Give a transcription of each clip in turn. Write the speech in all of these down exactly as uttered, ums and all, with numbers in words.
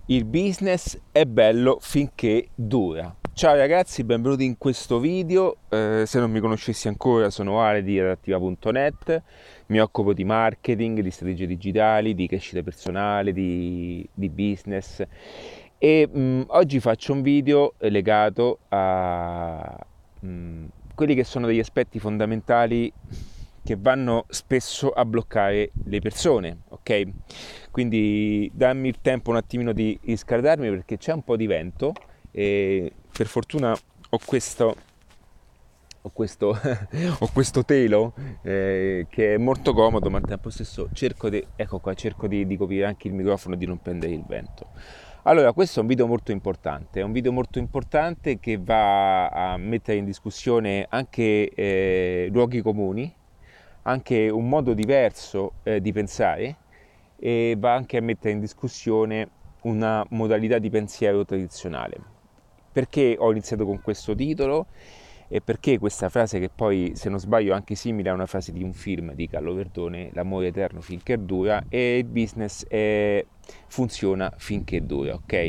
Il business è bello finché dura. Ciao ragazzi, benvenuti in questo video. Eh, se non mi conoscessi ancora, sono Ale di Adattiva punto net. Mi occupo di marketing, di strategie digitali, di crescita personale, di, di business. E mh, oggi faccio un video legato a mh, quelli che sono degli aspetti fondamentali che vanno spesso a bloccare le persone, ok? Quindi dammi il tempo un attimino di riscaldarmi perché c'è un po' di vento e per fortuna ho questo, ho questo, ho questo telo eh, che è molto comodo, ma al tempo stesso cerco di, ecco qua, cerco di, di coprire anche il microfono e di non prendere il vento. Allora, questo è un video molto importante, è un video molto importante che va a mettere in discussione anche eh, luoghi comuni, anche un modo diverso eh, di pensare e va anche a mettere in discussione una modalità di pensiero tradizionale. Perché ho iniziato con questo titolo e perché questa frase, che poi se non sbaglio è anche simile a una frase di un film di Carlo Verdone, l'amore eterno finché dura, e il business è, funziona finché dura, ok?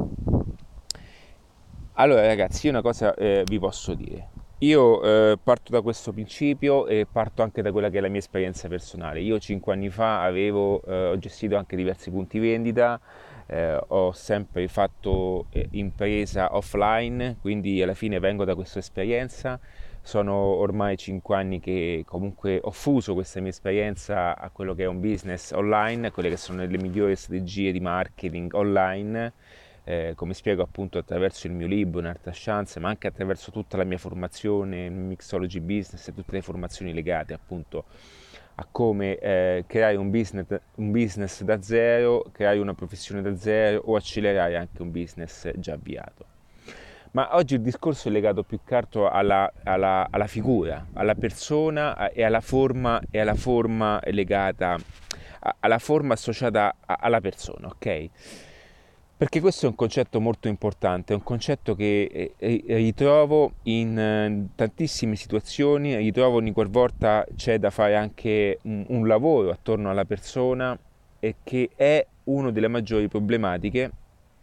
Allora ragazzi, io una cosa eh, vi posso dire. Io eh, parto da questo principio e parto anche da quella che è la mia esperienza personale. Io cinque anni fa avevo, eh, ho gestito anche diversi punti vendita, eh, ho sempre fatto eh, impresa offline, quindi alla fine vengo da questa esperienza. Sono ormai cinque anni che comunque ho fuso questa mia esperienza a quello che è un business online, a quelle che sono le migliori strategie di marketing online. Eh, come spiego appunto attraverso il mio libro In Arte Chance, ma anche attraverso tutta la mia formazione in Mixology Business e tutte le formazioni legate appunto a come eh, creare un business, un business da zero, creare una professione da zero o accelerare anche un business già avviato. Ma oggi il discorso è legato più che altro alla, alla, alla figura, alla persona e alla forma, e alla forma legata, alla forma associata alla persona, ok? Perché questo è un concetto molto importante, è un concetto che ritrovo in tantissime situazioni, ritrovo ogni qualvolta c'è da fare anche un, un lavoro attorno alla persona e che è una delle maggiori problematiche,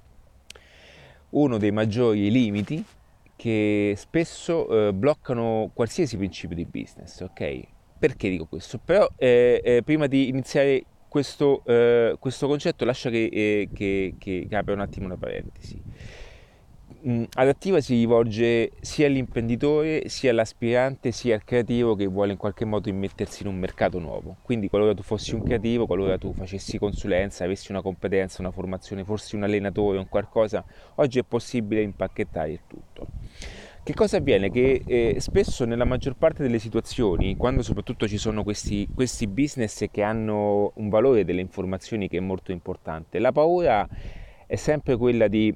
uno dei maggiori limiti che spesso eh, bloccano qualsiasi principio di business, ok? Perché dico questo? Però eh, eh, prima di iniziare questo, eh, questo concetto lascia che, eh, che, che, che apra un attimo una parentesi. Mm, Adattiva si rivolge sia all'imprenditore, sia all'aspirante, sia al creativo che vuole in qualche modo immettersi in un mercato nuovo. Quindi qualora tu fossi un creativo, qualora tu facessi consulenza, avessi una competenza, una formazione, fossi un allenatore, un qualcosa, oggi è possibile impacchettare il tutto. Che cosa avviene? Che eh, spesso nella maggior parte delle situazioni, quando soprattutto ci sono questi, questi business che hanno un valore delle informazioni che è molto importante, la paura è sempre quella di,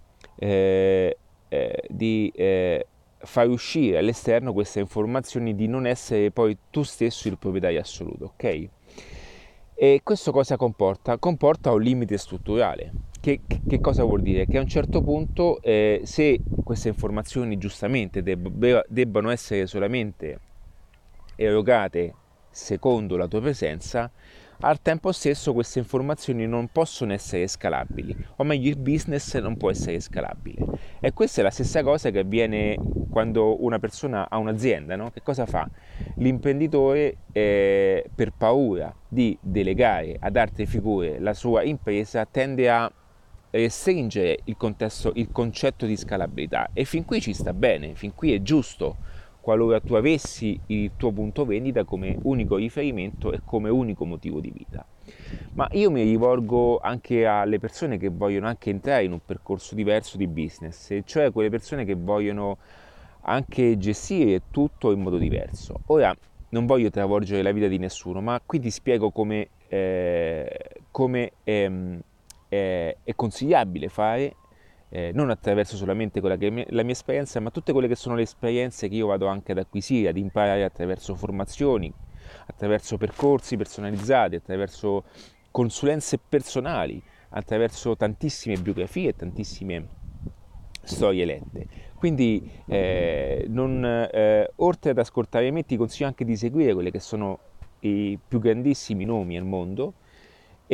eh, eh, di eh, far uscire all'esterno queste informazioni, di non essere poi tu stesso il proprietario assoluto, ok? E questo cosa comporta? Comporta un limite strutturale. Che, che cosa vuol dire? Che a un certo punto, eh, se queste informazioni giustamente deb- debbano essere solamente erogate secondo la tua presenza, al tempo stesso queste informazioni non possono essere scalabili, o meglio il business non può essere scalabile. E questa è la stessa cosa che avviene quando una persona ha un'azienda, no? Che cosa fa? L'imprenditore, eh, per paura di delegare ad altre figure la sua impresa, tende a restringere il, contesto, il concetto di scalabilità, e fin qui ci sta bene, fin qui è giusto, qualora tu avessi il tuo punto vendita come unico riferimento e come unico motivo di vita. Ma io mi rivolgo anche alle persone che vogliono anche entrare in un percorso diverso di business, e cioè quelle persone che vogliono anche gestire tutto in modo diverso. Ora, non voglio travolgere la vita di nessuno, ma qui ti spiego come, eh, come ehm, è, è consigliabile fare, eh, non attraverso solamente quella che è mia, la mia esperienza, ma tutte quelle che sono le esperienze che io vado anche ad acquisire, ad imparare attraverso formazioni, attraverso percorsi personalizzati, attraverso consulenze personali, attraverso tantissime biografie e tantissime storie lette. Quindi eh, non, eh, oltre ad ascoltare me, ti consiglio anche di seguire quelli che sono i più grandissimi nomi al mondo, e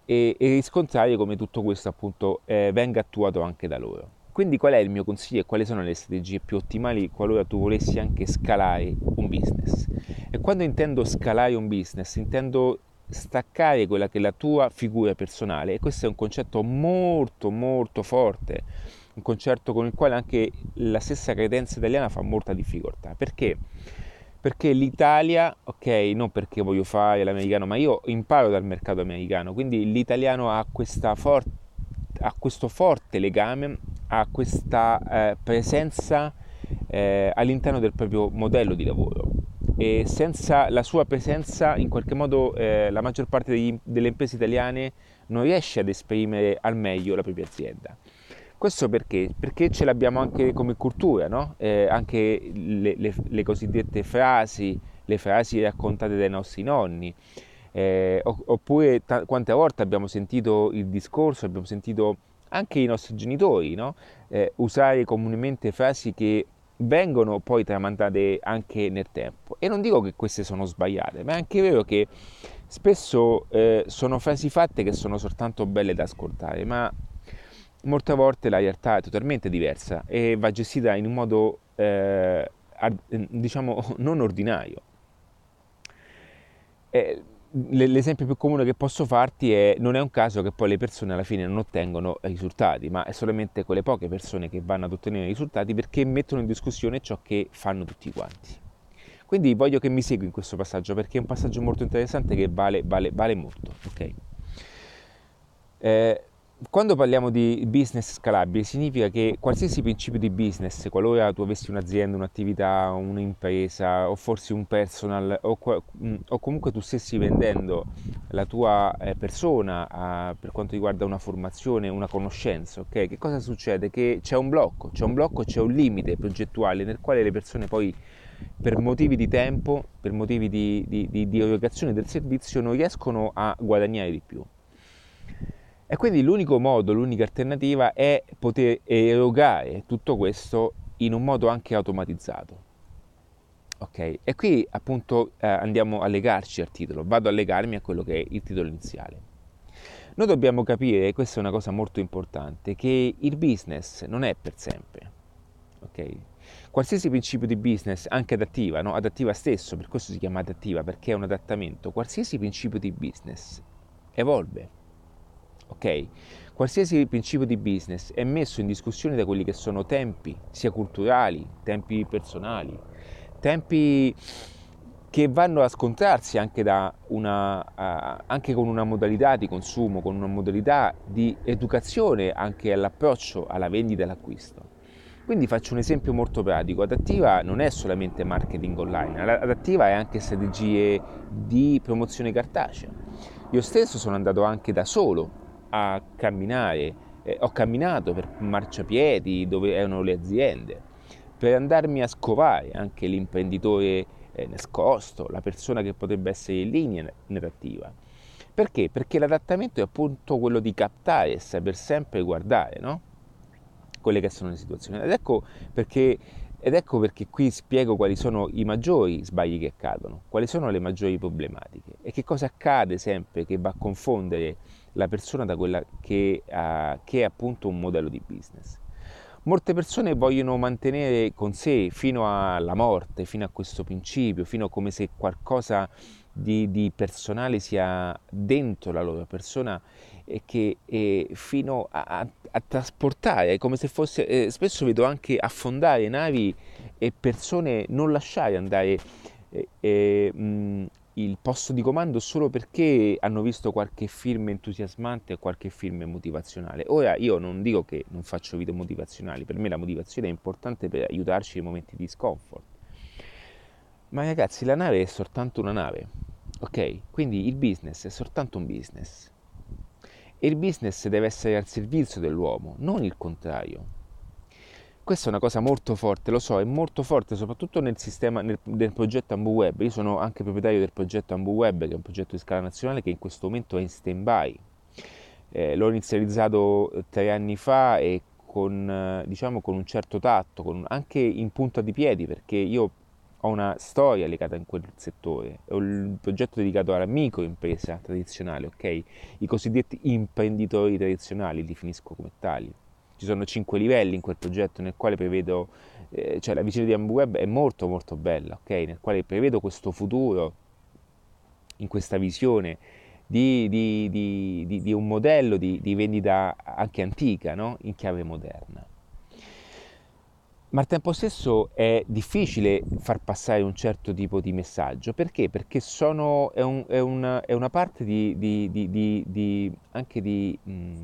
e, e riscontrare come tutto questo appunto eh, venga attuato anche da loro. Quindi qual è il mio consiglio e quali sono le strategie più ottimali qualora tu volessi anche scalare un business? E quando intendo scalare un business, intendo staccare quella che è la tua figura personale, e questo è un concetto molto molto forte, un concetto con il quale anche la stessa credenza italiana fa molta difficoltà. Perché? Perché l'Italia, ok, non perché voglio fare l'americano, ma io imparo dal mercato americano, quindi l'italiano ha, questa for- ha questo forte legame, ha questa eh, presenza eh, all'interno del proprio modello di lavoro, e senza la sua presenza in qualche modo eh, la maggior parte degli, delle imprese italiane non riesce ad esprimere al meglio la propria azienda. Questo perché? Perché ce l'abbiamo anche come cultura, no? Eh, anche le, le, le cosiddette frasi, le frasi raccontate dai nostri nonni, eh, oppure ta- quante volte abbiamo sentito il discorso, abbiamo sentito anche i nostri genitori, no? Eh, usare comunemente frasi che vengono poi tramandate anche nel tempo. E non dico che queste sono sbagliate, ma è anche vero che spesso eh, sono frasi fatte che sono soltanto belle da ascoltare, ma molte volte la realtà è totalmente diversa e va gestita in un modo eh, diciamo non ordinario. Eh, l'esempio più comune che posso farti è: non è un caso che poi le persone alla fine non ottengono risultati, ma è solamente quelle poche persone che vanno ad ottenere risultati perché mettono in discussione ciò che fanno tutti quanti. Quindi voglio che mi segui in questo passaggio, perché è un passaggio molto interessante che vale, vale, vale molto. Okay? Eh, quando parliamo di business scalabile, significa che qualsiasi principio di business, qualora tu avessi un'azienda, un'attività, un'impresa o forse un personal, o, o comunque tu stessi vendendo la tua eh, persona a, per quanto riguarda una formazione, una conoscenza, ok? Che cosa succede? Che c'è un blocco, c'è un blocco, c'è un limite progettuale nel quale le persone poi, per motivi di tempo, per motivi di, di, di, di erogazione del servizio, non riescono a guadagnare di più. E quindi l'unico modo, l'unica alternativa è poter erogare tutto questo in un modo anche automatizzato. Ok? E qui appunto eh, andiamo a legarci al titolo, vado a legarmi a quello che è il titolo iniziale. Noi dobbiamo capire, e questa è una cosa molto importante, che il business non è per sempre. Ok? Qualsiasi principio di business, anche adattiva, no? Adattiva stesso, per questo si chiama adattiva, perché è un adattamento. Qualsiasi principio di business evolve. Ok? Qualsiasi principio di business è messo in discussione da quelli che sono tempi, sia culturali, tempi personali, tempi che vanno a scontrarsi anche, da una, uh, anche con una modalità di consumo, con una modalità di educazione anche all'approccio alla vendita e all'acquisto. Quindi faccio un esempio molto pratico: adattiva non è solamente marketing online, adattiva è anche strategie di promozione cartacea. Io stesso sono andato anche da solo a camminare, eh, ho camminato per marciapiedi dove erano le aziende, per andarmi a scovare anche l'imprenditore eh, nascosto, la persona che potrebbe essere in linea narrativa. Perché? Perché l'adattamento è appunto quello di captare e saper sempre guardare, no? Quelle che sono le situazioni. Ed ecco perché, ed ecco perché qui spiego quali sono i maggiori sbagli che accadono, quali sono le maggiori problematiche e che cosa accade sempre che va a confondere la persona da quella che, uh, che è appunto un modello di business. Molte persone vogliono mantenere con sé fino alla morte, fino a questo principio, fino a come se qualcosa di, di personale sia dentro la loro persona e che e fino a, a, a trasportare, come se fosse, eh, spesso vedo anche affondare navi e persone non lasciare andare eh, eh, mh, il posto di comando solo perché hanno visto qualche film entusiasmante o qualche film motivazionale. Ora io non dico che non faccio video motivazionali, per me la motivazione è importante per aiutarci nei momenti di scomfort. Ma ragazzi, la nave è soltanto una nave, ok? Quindi il business è soltanto un business. E il business deve essere al servizio dell'uomo, non il contrario. Questa è una cosa molto forte, lo so, è molto forte soprattutto nel sistema, nel, nel progetto AmbuWeb. Io sono anche proprietario del progetto AmbuWeb, che è un progetto di scala nazionale che in questo momento è in stand-by. Eh, l'ho inizializzato tre anni fa e con, diciamo, con un certo tatto, con, anche in punta di piedi, perché io ho una storia legata in quel settore, ho il progetto dedicato alla microimpresa tradizionale, ok? I cosiddetti imprenditori tradizionali, li definisco come tali. Ci sono cinque livelli in quel progetto nel quale prevedo, eh, cioè la visione di AmbuWeb è molto molto bella, ok? Nel quale prevedo questo futuro, in questa visione di, di, di, di, di un modello di, di vendita anche antica, no? In chiave moderna. Ma al tempo stesso è difficile far passare un certo tipo di messaggio. Perché? Perché sono, è, un, è, una, è una parte di, di, di, di, di anche di... Mh,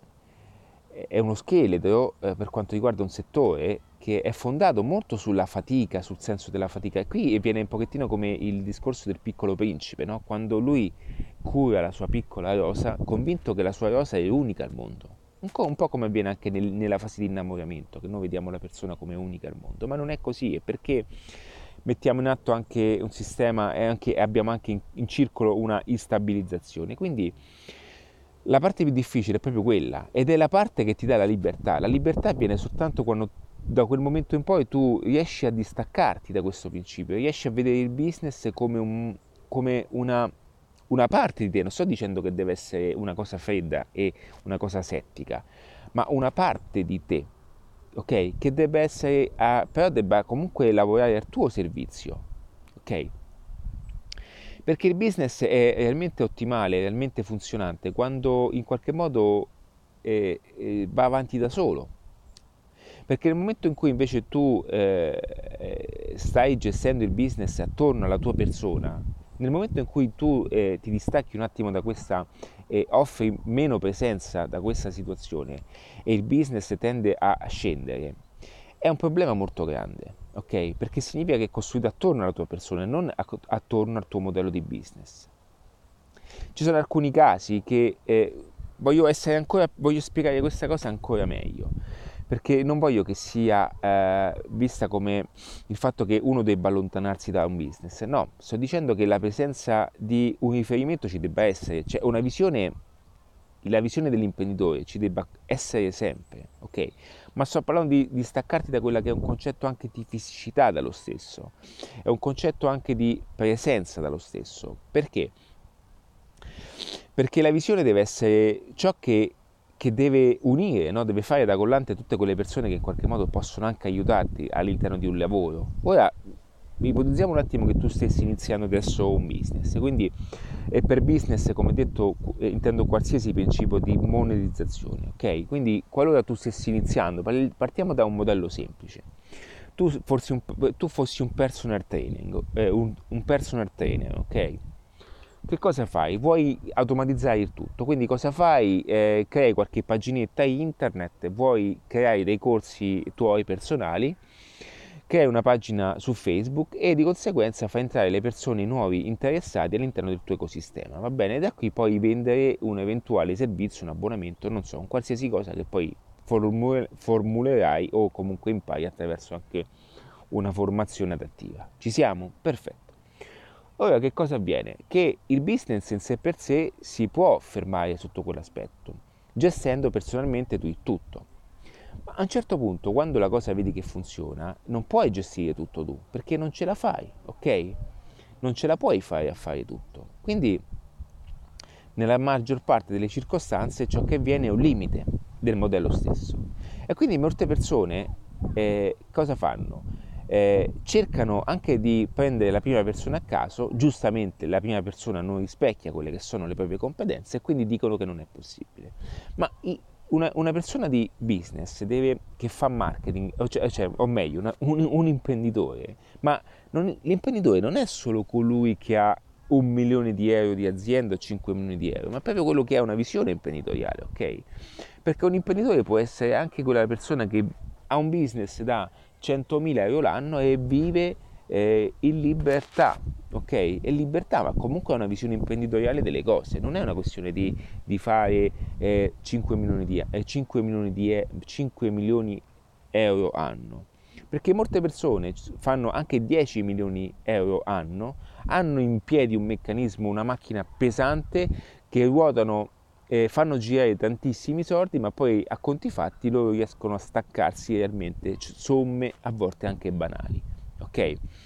è uno scheletro eh, per quanto riguarda un settore che è fondato molto sulla fatica, sul senso della fatica. E qui viene un pochettino come il discorso del Piccolo Principe, no? Quando lui cura la sua piccola rosa, convinto che la sua rosa è unica al mondo. Un po', un po' come avviene anche nel, nella fase di innamoramento, che noi vediamo la persona come unica al mondo, ma non è così, è perché mettiamo in atto anche un sistema e anche, abbiamo anche in, in circolo una instabilizzazione. Quindi la parte più difficile è proprio quella, ed è la parte che ti dà la libertà. La libertà avviene soltanto quando da quel momento in poi tu riesci a distaccarti da questo principio, riesci a vedere il business come, un, come una, una parte di te. Non sto dicendo che deve essere una cosa fredda e una cosa settica, ma una parte di te, ok? Che deve essere, a, però debba comunque lavorare al tuo servizio, ok? Perché il business è realmente ottimale, realmente funzionante quando in qualche modo eh, eh, va avanti da solo. Perché nel momento in cui invece tu eh, stai gestendo il business attorno alla tua persona, nel momento in cui tu eh, ti distacchi un attimo da questa e offri meno presenza da questa situazione e il business tende a scendere, è un problema molto grande, ok? Perché significa che è costruito attorno alla tua persona e non attorno al tuo modello di business. Ci sono alcuni casi che eh, voglio, essere ancora, voglio spiegare questa cosa ancora meglio, perché non voglio che sia eh, vista come il fatto che uno debba allontanarsi da un business. No, sto dicendo che la presenza di un riferimento ci debba essere, cioè una visione, la visione dell'imprenditore ci debba essere sempre, ok? Ma sto parlando di, di staccarti da quella che è un concetto anche di fisicità dallo stesso, è un concetto anche di presenza dallo stesso. Perché? Perché la visione deve essere ciò che, che deve unire, no? Deve fare da collante tutte quelle persone che in qualche modo possono anche aiutarti all'interno di un lavoro. Ora, ipotizziamo un attimo che tu stessi iniziando adesso un business, quindi e per business, come detto, intendo qualsiasi principio di monetizzazione, ok? Quindi qualora tu stessi iniziando, partiamo da un modello semplice. Tu fossi un, tu fossi un personal training, eh, un, un personal trainer, ok? Che cosa fai? Vuoi automatizzare il tutto, quindi cosa fai? Eh, crei qualche paginetta internet, vuoi creare dei corsi tuoi personali, crei una pagina su Facebook e di conseguenza fai entrare le persone nuovi interessati all'interno del tuo ecosistema, va bene? Da qui puoi vendere un eventuale servizio, un abbonamento, non so, un qualsiasi cosa che poi formulerai o comunque impari attraverso anche una formazione adattiva. Ci siamo? Perfetto. Ora che cosa avviene? Che il business in sé per sé si può fermare sotto quell'aspetto, gestendo personalmente tu il tutto. Ma a un certo punto, quando la cosa vedi che funziona, non puoi gestire tutto tu, perché non ce la fai, ok? Non ce la puoi fare a fare tutto. Quindi, nella maggior parte delle circostanze, ciò che avviene è un limite del modello stesso. E quindi molte persone eh, cosa fanno? Eh, cercano anche di prendere la prima persona a caso, giustamente la prima persona non rispecchia quelle che sono le proprie competenze e quindi dicono che non è possibile. Ma i, una, una persona di business deve, che fa marketing, o, cioè, cioè, o meglio, una, un, un imprenditore, ma non, l'imprenditore non è solo colui che ha un milione di euro di azienda o cinque milioni di euro, ma proprio quello che ha una visione imprenditoriale, ok? Perché un imprenditore può essere anche quella persona che ha un business da centomila euro l'anno e vive eh, in libertà, ok? È libertà, ma comunque ha una visione imprenditoriale delle cose. Non è una questione di, di fare eh, cinque milioni di, eh, cinque milioni di cinque milioni euro anno. Perché molte persone fanno anche dieci milioni euro anno, hanno in piedi un meccanismo, una macchina pesante che ruotano, eh, fanno girare tantissimi soldi, ma poi a conti fatti loro riescono a staccarsi realmente somme a volte anche banali, ok?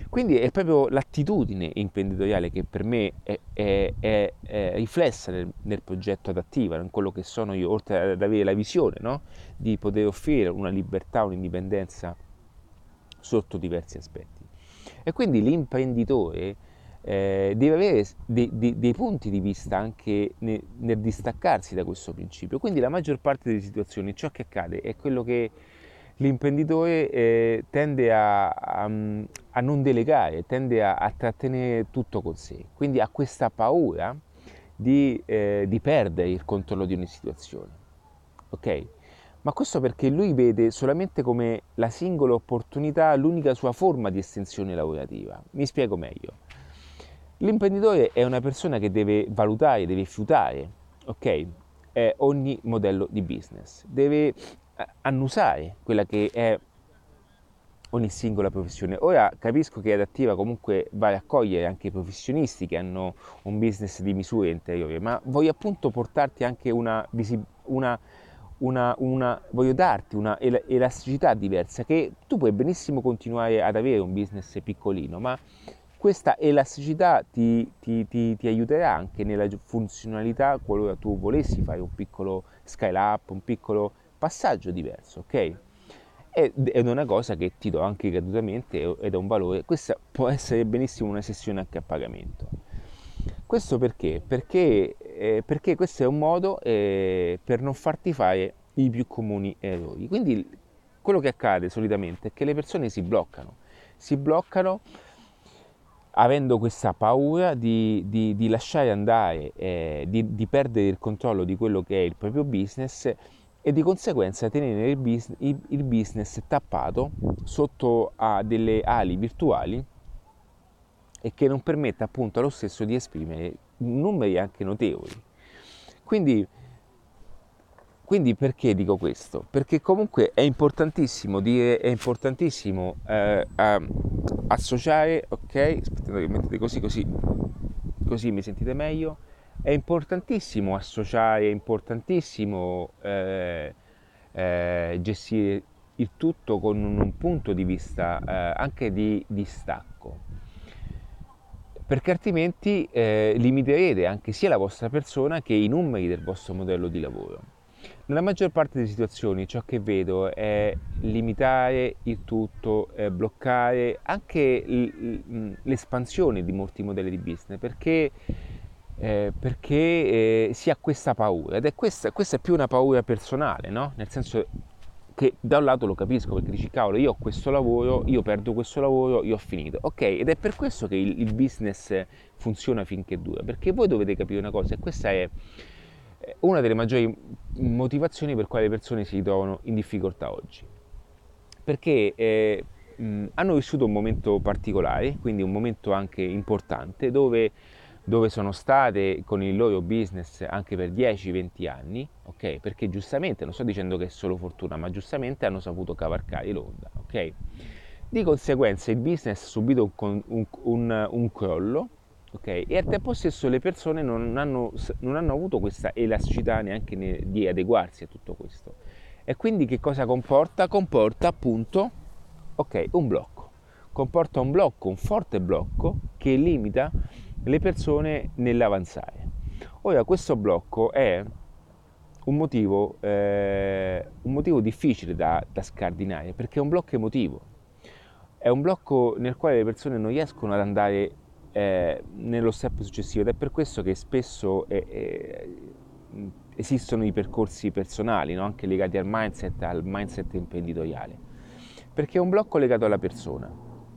Quindi è proprio l'attitudine imprenditoriale che per me è, è, è, è riflessa nel, nel progetto Adattiva, in quello che sono io, oltre ad avere la visione, no? Di poter offrire una libertà, un'indipendenza sotto diversi aspetti. E quindi l'imprenditore eh, deve avere dei, dei, dei punti di vista anche nel, nel distaccarsi da questo principio. Quindi la maggior parte delle situazioni ciò che accade è quello che l'imprenditore eh, tende a, a, a non delegare, tende a, a trattenere tutto con sé, quindi ha questa paura di, eh, di perdere il controllo di una situazione, ok? Ma questo perché lui vede solamente come la singola opportunità l'unica sua forma di estensione lavorativa. Mi spiego meglio. L'imprenditore è una persona che deve valutare, deve fiutare, ok? Eh, ogni modello di business, deve annusare quella che è ogni singola professione. Ora capisco che Adattiva comunque va a raccogliere anche i professionisti che hanno un business di misure interiori, ma voglio appunto portarti anche una, una, una, una voglio darti una elasticità diversa, che tu puoi benissimo continuare ad avere un business piccolino, ma questa elasticità ti, ti, ti, ti aiuterà anche nella funzionalità qualora tu volessi fare un piccolo scale up, un piccolo passaggio diverso, ok? Ed è una cosa che ti do anche gratuitamente ed è un valore. Questa può essere benissimo una sessione anche a pagamento. Questo perché? Perché, eh, perché questo è un modo eh, per non farti fare i più comuni errori. Quindi quello che accade solitamente è che le persone si bloccano, si bloccano avendo questa paura di, di, di lasciare andare, eh, di, di perdere il controllo di quello che è il proprio business e di conseguenza tenere il business, il business tappato sotto a delle ali virtuali e che non permette appunto allo stesso di esprimere numeri anche notevoli. Quindi, quindi perché dico questo? Perché comunque è importantissimo dire, è importantissimo eh, eh, associare, ok? Aspettate che mettete così, così, così mi sentite meglio. È importantissimo associare, è importantissimo eh, eh, gestire il tutto con un, un punto di vista eh, anche di distacco, perché altrimenti eh, limiterete anche sia la vostra persona che i numeri del vostro modello di lavoro. Nella maggior parte delle situazioni ciò che vedo è limitare il tutto, eh, bloccare anche l- l'espansione di molti modelli di business, perché, eh, perché eh, si ha questa paura, ed è questa, questa è più una paura personale, no? Nel senso che da un lato lo capisco, perché dici cavolo, io ho questo lavoro, io perdo questo lavoro, io ho finito, ok? Ed è per questo che il, il business funziona finché dura, perché voi dovete capire una cosa, e questa è una delle maggiori motivazioni per quali le persone si trovano in difficoltà oggi, perché eh, mh, hanno vissuto un momento particolare, quindi un momento anche importante, dove, dove sono state con il loro business anche per dieci venti anni, ok? Perché giustamente, non sto dicendo che è solo fortuna, ma giustamente hanno saputo cavalcare l'onda, ok? Di conseguenza il business ha subito un, un, un, un crollo, ok? E al tempo stesso le persone non hanno, non hanno avuto questa elasticità neanche ne, di adeguarsi a tutto questo. E quindi che cosa comporta? Comporta appunto, ok, un blocco. Comporta un blocco, un forte blocco che limita le persone nell'avanzare. Ora, questo blocco è un motivo, eh, un motivo difficile da, da scardinare, perché è un blocco emotivo. È un blocco nel quale le persone non riescono ad andare eh, nello step successivo, ed è per questo che spesso eh, eh, esistono i percorsi personali, no? Anche legati al mindset, al mindset imprenditoriale, perché è un blocco legato alla persona,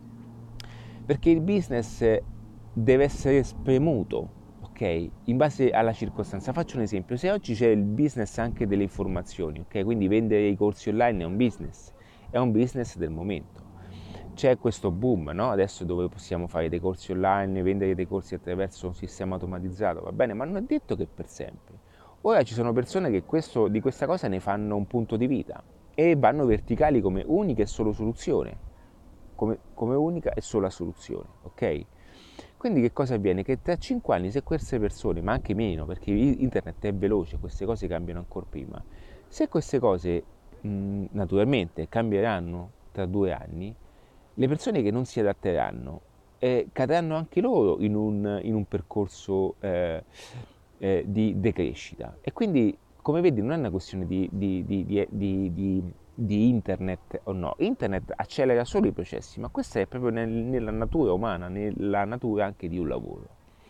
perché il business deve essere spremuto, ok? In base alla circostanza. Faccio un esempio: se oggi c'è il business anche delle informazioni, ok? Quindi vendere i corsi online è un business, è un business del momento. C'è questo boom, no? Adesso dove possiamo fare dei corsi online, vendere dei corsi attraverso un sistema automatizzato, va bene, ma non è detto che per sempre. Ora ci sono persone che questo, di questa cosa ne fanno un punto di vita e vanno verticali come unica e solo soluzione, come, come unica e sola soluzione, ok? Quindi che cosa avviene? Che tra cinque anni, se queste persone, ma anche meno, perché internet è veloce, queste cose cambiano ancora prima, se queste cose mh, naturalmente cambieranno tra due anni, le persone che non si adatteranno eh, cadranno anche loro in un, in un percorso eh, eh, di decrescita. E quindi, come vedi, non è una questione di, di, di, di, di, di di internet o no. Internet accelera solo i processi, ma questa è proprio nel, nella natura umana, nella natura anche di un lavoro.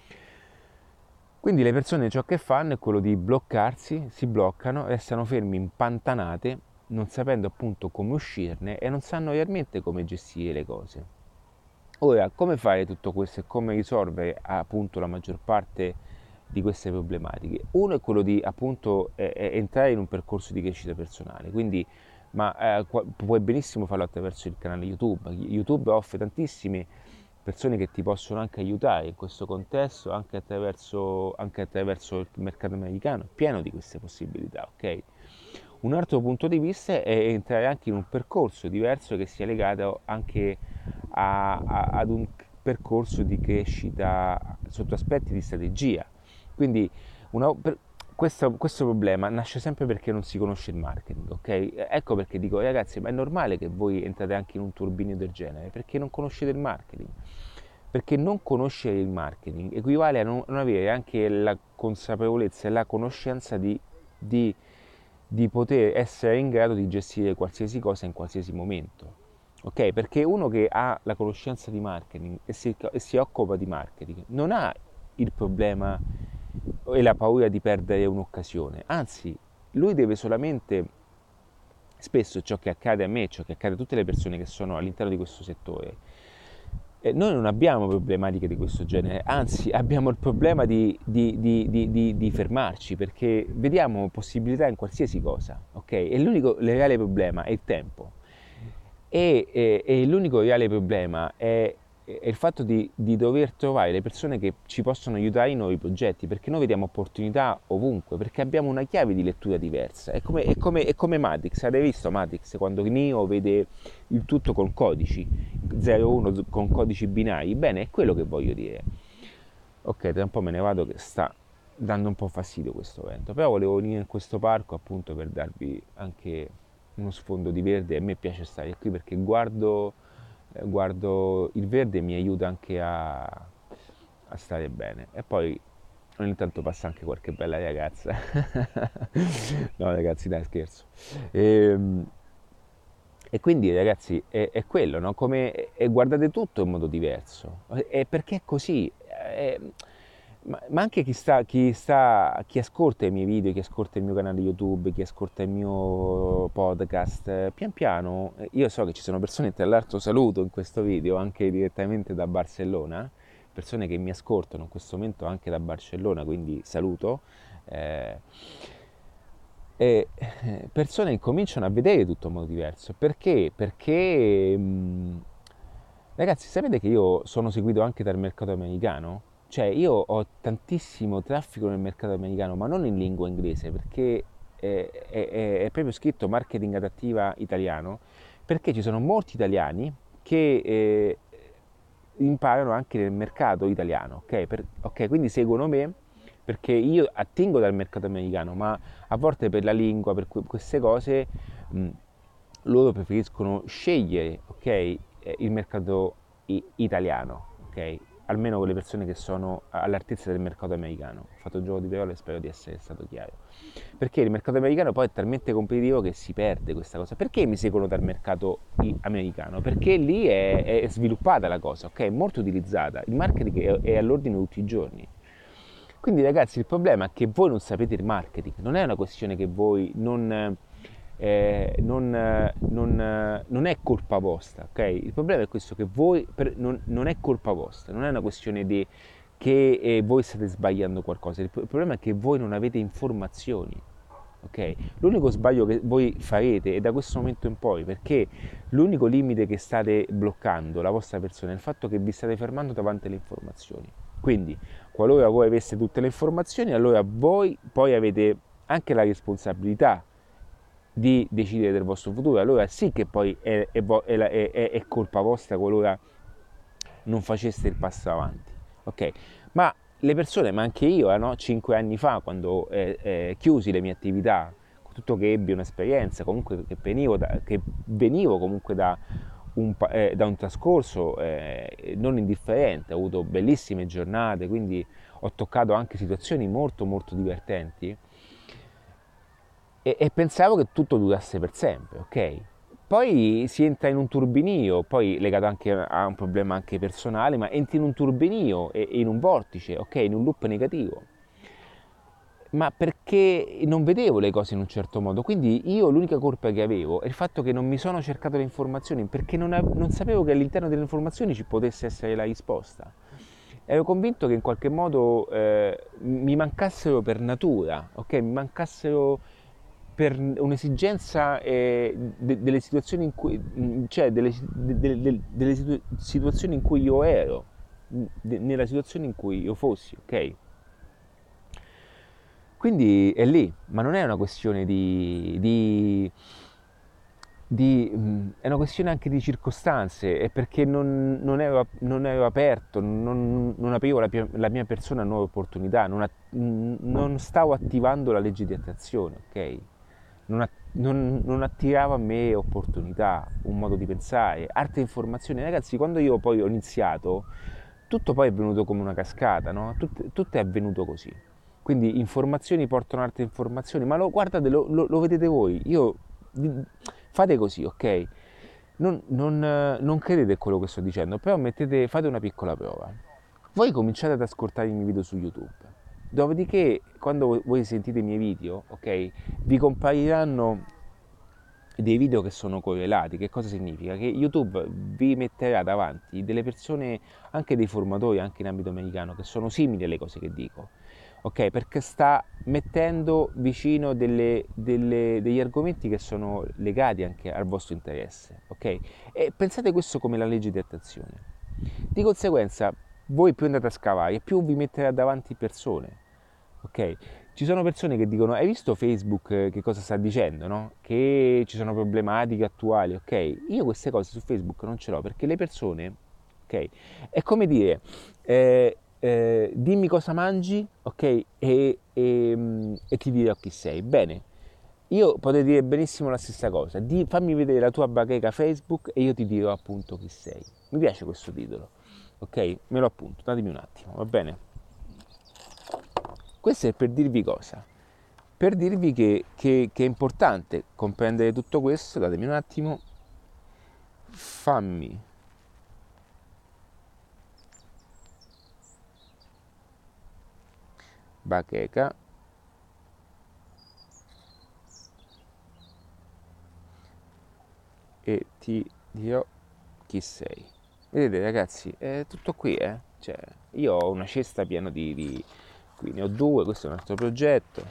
Quindi le persone ciò che fanno è quello di bloccarsi, si bloccano, restano fermi, impantanate, non sapendo appunto come uscirne e non sanno realmente come gestire le cose. Ora, come fare tutto questo e come risolvere appunto la maggior parte di queste problematiche? Uno è quello di appunto eh, entrare in un percorso di crescita personale, quindi ma eh, puoi benissimo farlo attraverso il canale YouTube. YouTube offre tantissime persone che ti possono anche aiutare in questo contesto, anche attraverso, anche attraverso il mercato americano, è pieno di queste possibilità, ok? Un altro punto di vista è entrare anche in un percorso diverso che sia legato anche a, a, ad un percorso di crescita sotto aspetti di strategia. Quindi una, per, questo, questo problema nasce sempre perché non si conosce il marketing, ok? Ecco perché dico, ragazzi, ma è normale che voi entrate anche in un turbinio del genere, perché non conoscete il marketing. Perché non conoscere il marketing equivale a non, non avere anche la consapevolezza e la conoscenza di, di, di poter essere in grado di gestire qualsiasi cosa in qualsiasi momento. Ok? Perché uno che ha la conoscenza di marketing e si, e si occupa di marketing non ha il problema e la paura di perdere un'occasione, anzi lui deve solamente, spesso ciò che accade a me, ciò che accade a tutte le persone che sono all'interno di questo settore, eh, noi non abbiamo problematiche di questo genere, anzi abbiamo il problema di, di, di, di, di fermarci, perché vediamo possibilità in qualsiasi cosa, ok? E l'unico reale problema è il tempo. E, e, e l'unico reale problema è, è il fatto di, di dover trovare le persone che ci possono aiutare in nuovi progetti, perché noi vediamo opportunità ovunque, perché abbiamo una chiave di lettura diversa. È come, è come, è come Matrix, avete visto Matrix, quando Neo vede il tutto con codici, zero uno con codici binari? Bene, è quello che voglio dire. Ok, tra un po' me ne vado che sta dando un po' fastidio questo vento, però volevo venire in questo parco appunto per darvi anche uno sfondo di verde. A me piace stare qui perché guardo, eh, guardo il verde e mi aiuta anche a, a stare bene. E poi ogni tanto passa anche qualche bella ragazza. No ragazzi, dai, scherzo. E, e quindi ragazzi è, è quello, no? Come, e guardate tutto in modo diverso. E perché è così. È, ma, ma anche chi sta, chi sta, chi ascolta i miei video, chi ascolta il mio canale YouTube, chi ascolta il mio podcast, pian piano, io so che ci sono persone, tra l'altro saluto in questo video anche direttamente da Barcellona, persone che mi ascoltano in questo momento anche da Barcellona, quindi saluto, eh, e persone che cominciano a vedere tutto in modo diverso. Perché? Perché, mh, ragazzi, sapete che io sono seguito anche dal mercato americano? Cioè io ho tantissimo traffico nel mercato americano, ma non in lingua inglese, perché è, è, è proprio scritto marketing adattiva italiano, perché ci sono molti italiani che eh, imparano anche nel mercato italiano, ok? Per, ok, quindi seguono me perché io attingo dal mercato americano, ma a volte per la lingua, per queste cose, mh, loro preferiscono scegliere, ok, eh, il mercato i- italiano, ok? Almeno con le persone che sono all'altezza del mercato americano. Ho fatto un gioco di parole e spero di essere stato chiaro. Perché il mercato americano poi è talmente competitivo che si perde questa cosa. Perché mi seguono dal mercato americano? Perché lì è, è sviluppata la cosa, ok? È molto utilizzata. Il marketing è, è all'ordine tutti i giorni. Quindi ragazzi, il problema è che voi non sapete il marketing, non è una questione che voi non... Eh, non, non, non è colpa vostra, ok? Il problema è questo, che voi per, non, non è colpa vostra, non è una questione di che eh, voi state sbagliando qualcosa, il, il problema è che voi non avete informazioni, ok? L'unico sbaglio che voi farete è da questo momento in poi, perché l'unico limite che state bloccando la vostra persona è il fatto che vi state fermando davanti alle informazioni. Quindi, qualora voi aveste tutte le informazioni, allora voi poi avete anche la responsabilità di decidere del vostro futuro. Allora sì che poi è, è, è, è colpa vostra qualora non faceste il passo avanti, ok? Ma le persone, ma anche io, eh, no? cinque anni fa, quando eh, eh, chiusi le mie attività, con tutto che ebbi un'esperienza, comunque che venivo, da, che venivo comunque da un, eh, da un trascorso eh, non indifferente, ho avuto bellissime giornate, quindi ho toccato anche situazioni molto molto divertenti e, e pensavo che tutto durasse per sempre, ok? Poi si entra in un turbinio, poi legato anche a un problema anche personale, ma entri in un turbinio e, e in un vortice, ok? In un loop negativo. Ma perché non vedevo le cose in un certo modo, quindi io l'unica colpa che avevo è il fatto che non mi sono cercato le informazioni, perché non, av- non sapevo che all'interno delle informazioni ci potesse essere la risposta. Ero convinto che in qualche modo eh, mi mancassero per natura, ok? Mi mancassero per un'esigenza eh, de- delle situazioni in cui, mm, cioè delle, de- de- de- delle situ- situazioni in cui io ero, de- nella situazione in cui io fossi, ok? Quindi è lì, ma non è una questione di, di, di, mh, è una questione anche di circostanze, è perché non, non ero, non ero aperto, non, non aprivo la, pia- la mia persona a nuove opportunità, non, a- mh, non stavo attivando la legge di attrazione, ok? Non, a- non- non attirava a me opportunità, un modo di pensare, altre informazioni. Ragazzi, quando io poi ho iniziato, tutto poi è venuto come una cascata, no? Tut- tutto è avvenuto così. Quindi informazioni portano altre informazioni, ma lo, guardate, lo, lo- lo vedete voi. Io, fate così, ok? Non, non, eh, non credete a quello che sto dicendo, però mettete, fate una piccola prova. Voi cominciate ad ascoltare i miei video su YouTube. Dopodiché, quando voi sentite i miei video, ok, vi compariranno dei video che sono correlati. Che cosa significa? Che YouTube vi metterà davanti delle persone, anche dei formatori, anche in ambito americano, che sono simili alle cose che dico, ok? Perché sta mettendo vicino delle, delle, degli argomenti che sono legati anche al vostro interesse, ok? E pensate questo come la legge di attrazione. Di conseguenza, voi più andate a scavare, più vi metterà davanti persone, ok? Ci sono persone che dicono, hai visto Facebook eh, che cosa sta dicendo, no? Che ci sono problematiche attuali, ok? Io queste cose su Facebook non ce l'ho perché le persone, ok? È come dire, eh, eh, dimmi cosa mangi, ok? E, e, mm, e ti dirò chi sei. Bene, io potrei dire benissimo la stessa cosa. Di, fammi vedere la tua bacheca Facebook e io ti dirò appunto chi sei. Mi piace questo titolo, ok? Me lo appunto, datemi un attimo, va bene? Questo è per dirvi cosa? Per dirvi che, che- che è importante comprendere tutto questo, datemi un attimo, fammi bacheca e ti dirò chi sei. Vedete ragazzi, è tutto qui, eh? Cioè, io ho una cesta piena di, di... qui ne ho due, questo è un altro progetto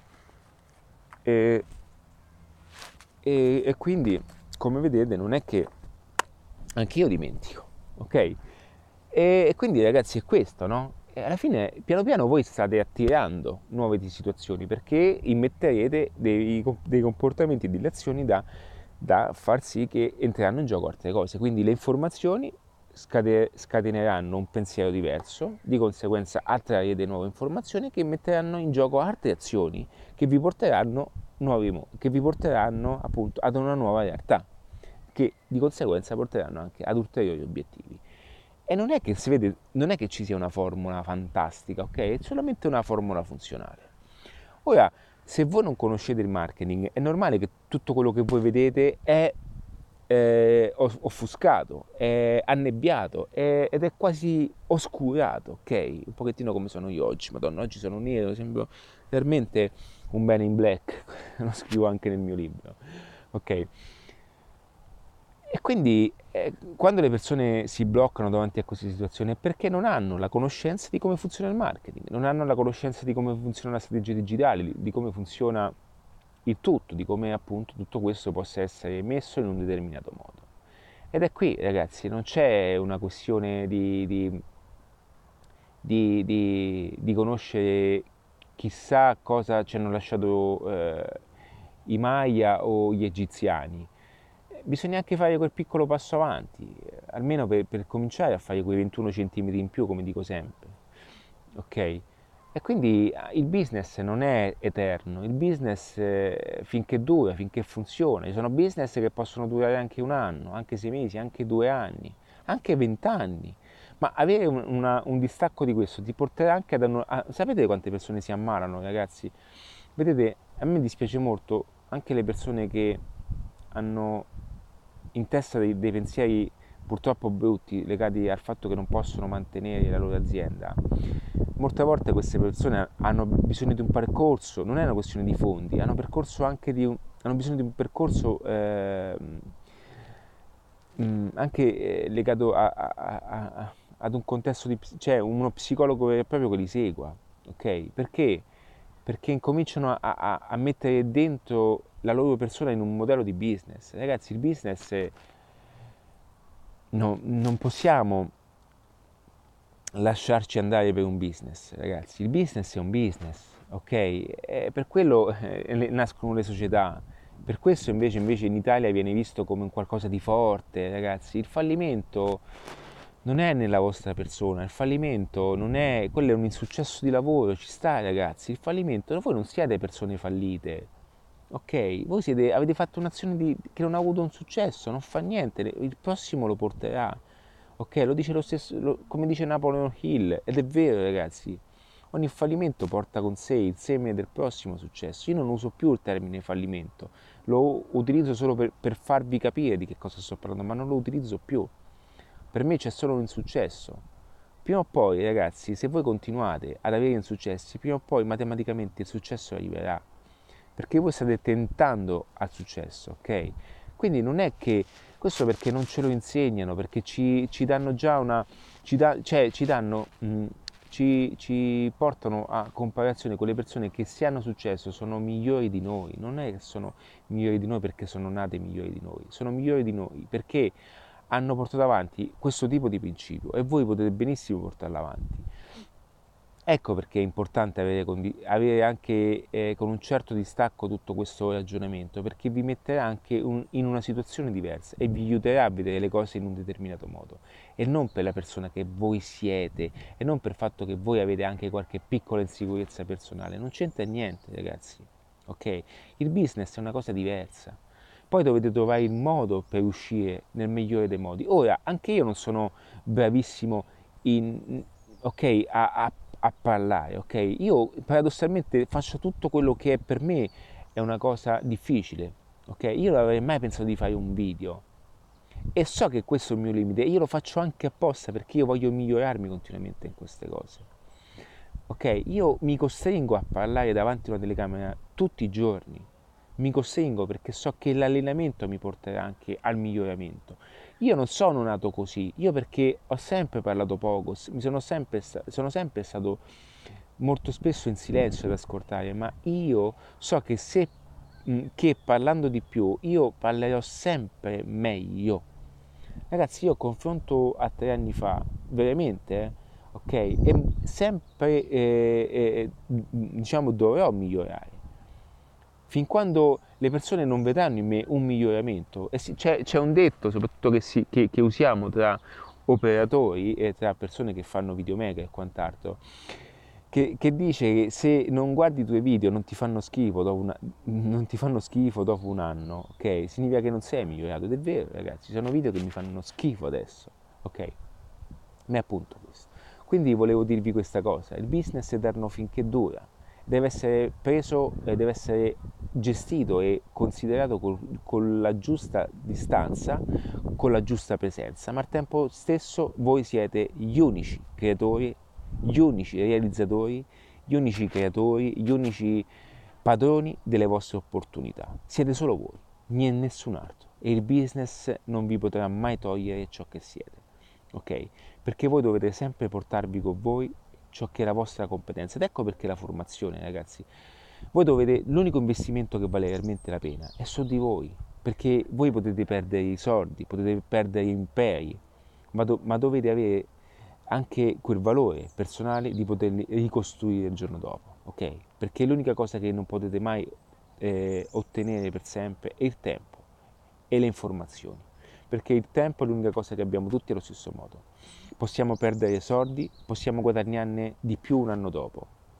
e, e, e quindi, come vedete, non è che anche io dimentico, ok? E, e quindi ragazzi è questo, no? E alla fine piano piano voi state attirando nuove situazioni perché immetterete dei, dei comportamenti e delle azioni da, da far sì che entreranno in gioco altre cose. Quindi le informazioni scate- scateneranno un pensiero diverso, di conseguenza attraerete nuove informazioni che metteranno in gioco altre azioni che vi porteranno, nuovi, che vi porteranno appunto ad una nuova realtà che di conseguenza porteranno anche ad ulteriori obiettivi. E non è che si vede, non è che ci sia una formula fantastica, ok? È solamente una formula funzionale. Ora, se voi non conoscete il marketing, è normale che tutto quello che voi vedete è eh, offuscato, è annebbiato è, ed è quasi oscurato, ok? Un pochettino come sono io oggi, madonna, oggi sono nero, sembro veramente un Man in Black, lo scrivo anche nel mio libro, ok? E quindi eh, quando le persone si bloccano davanti a queste situazioni è perché non hanno la conoscenza di come funziona il marketing, non hanno la conoscenza di come funziona la strategia digitale, di, di come funziona il tutto, di come appunto tutto questo possa essere messo in un determinato modo. Ed è qui, ragazzi, non c'è una questione di, di, di, di, di conoscere chissà cosa ci hanno lasciato eh, i Maya o gli egiziani. Bisogna anche fare quel piccolo passo avanti, almeno per, per cominciare a fare quei ventuno centimetri in più, come dico sempre. Ok? E quindi ah, il business non è eterno, il business eh, finché dura, finché funziona. Ci sono business che possono durare anche un anno, anche sei mesi, anche due anni, anche vent'anni. Ma avere un, una- un distacco di questo ti porterà anche ad... anno- a- sapete quante persone si ammalano, ragazzi? Vedete, a me dispiace molto anche le persone che hanno in testa dei, dei pensieri purtroppo brutti legati al fatto che non possono mantenere la loro azienda. Molte volte queste persone hanno bisogno di un percorso, non è una questione di fondi, hanno, percorso anche di un, hanno bisogno di un percorso eh, mh, anche eh, legato a, a, a, a, ad un contesto di, cioè uno psicologo vero e proprio che li segua, ok? Perché? Perché incominciano a, a, a mettere dentro la loro persona in un modello di business. Ragazzi, il business è, no, non possiamo lasciarci andare per un business, ragazzi. Il business è un business, ok? E per quello eh, nascono le società. Per questo invece, invece in Italia viene visto come un qualcosa di forte, ragazzi. Il fallimento non è nella vostra persona, il fallimento non è, quello è un insuccesso di lavoro, ci sta, ragazzi. Il fallimento, voi non siete persone fallite, ok? Voi siete, avete fatto un'azione di, che non ha avuto un successo, non fa niente, il prossimo lo porterà, ok? Lo dice lo stesso, lo, come dice Napoleon Hill, ed è vero, ragazzi. Ogni fallimento porta con sé il seme del prossimo successo. Io non uso più il termine fallimento, lo utilizzo solo per, per farvi capire di che cosa sto parlando, ma non lo utilizzo più. Per me c'è solo un insuccesso. Prima o poi, ragazzi, se voi continuate ad avere insuccessi, prima o poi matematicamente il successo arriverà. Perché voi state tentando al successo, ok? Quindi non è che questo perché non ce lo insegnano, perché ci, ci danno già una. Ci, da, cioè, ci danno. Mh, ci, ci portano a comparazione con le persone che se hanno successo sono migliori di noi. Non è che sono migliori di noi perché sono nate migliori di noi, sono migliori di noi perché hanno portato avanti questo tipo di principio e voi potete benissimo portarlo avanti. Ecco perché è importante avere, condi- avere anche eh, con un certo distacco tutto questo ragionamento, perché vi metterà anche un- in una situazione diversa e vi aiuterà a vedere le cose in un determinato modo e non per la persona che voi siete e non per il fatto che voi avete anche qualche piccola insicurezza personale. Non c'entra niente, ragazzi. Ok? Il business è una cosa diversa. Poi dovete trovare il modo per uscire nel migliore dei modi. Ora, anche io non sono bravissimo in, ok, a, a a parlare, ok? Io paradossalmente faccio tutto quello che è per me è una cosa difficile, ok? Io non avrei mai pensato di fare un video e so che questo è il mio limite e io lo faccio anche apposta perché io voglio migliorarmi continuamente in queste cose, ok? Io mi costringo a parlare davanti a una telecamera tutti i giorni, mi costringo perché so che l'allenamento mi porterà anche al miglioramento. Io non sono nato così, io perché ho sempre parlato poco, mi sono sempre, sono sempre stato molto spesso in silenzio ad ascoltare, ma io so che se che parlando di più io parlerò sempre meglio. Ragazzi, io confronto a tre anni fa, veramente, eh, ok? E sempre, eh, eh, diciamo, dovrò migliorare. Fin quando le persone non vedranno in me un miglioramento, e si, c'è, c'è, un detto, soprattutto che, si, che, che usiamo tra operatori e tra persone che fanno videomega e quant'altro, che, che dice che se non guardi i tuoi video non ti fanno schifo dopo, una, non ti fanno schifo dopo un anno, ok? Significa che non sei migliorato, ed è vero, ragazzi, ci sono video che mi fanno schifo adesso, ok? Ma è appunto questo. Quindi volevo dirvi questa cosa, il business è eterno finché dura, deve essere preso, deve essere gestito e considerato con, con la giusta distanza, con la giusta presenza, ma al tempo stesso voi siete gli unici creatori, gli unici realizzatori, gli unici creatori, gli unici padroni delle vostre opportunità. Siete solo voi, niente nessun altro. E il business non vi potrà mai togliere ciò che siete. Ok? Perché voi dovete sempre portarvi con voi ciò che è la vostra competenza. Ed ecco perché la formazione, ragazzi. Voi dovete, l'unico investimento che vale veramente la pena è su di voi, perché voi potete perdere i soldi, potete perdere imperi, ma, do, ma dovete avere anche quel valore personale di poterli ricostruire il giorno dopo, ok? Perché l'unica cosa che non potete mai eh, ottenere per sempre è il tempo e le informazioni, perché il tempo è l'unica cosa che abbiamo tutti allo stesso modo. Possiamo perdere soldi, possiamo guadagnarne di più un anno dopo,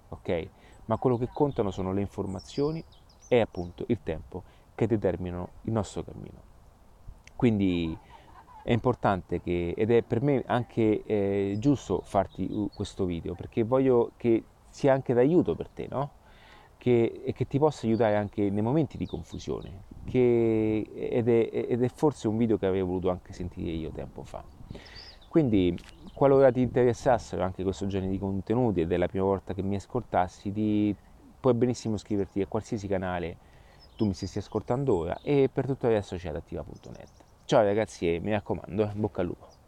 ok? Ma quello che contano sono le informazioni e appunto il tempo che determinano il nostro cammino. Quindi è importante che, ed è per me anche eh, giusto farti uh, questo video, perché voglio che sia anche d'aiuto per te, no? Che, e che ti possa aiutare anche nei momenti di confusione, che, ed, è, ed è forse un video che avrei voluto anche sentire io tempo fa. Quindi, qualora ti interessassero anche questo genere di contenuti ed è la prima volta che mi ascoltassi, ti, puoi benissimo iscriverti a qualsiasi canale tu mi stessi ascoltando ora e per tutto il resto c'è adattiva punto net. Ciao ragazzi e mi raccomando, eh, bocca al lupo.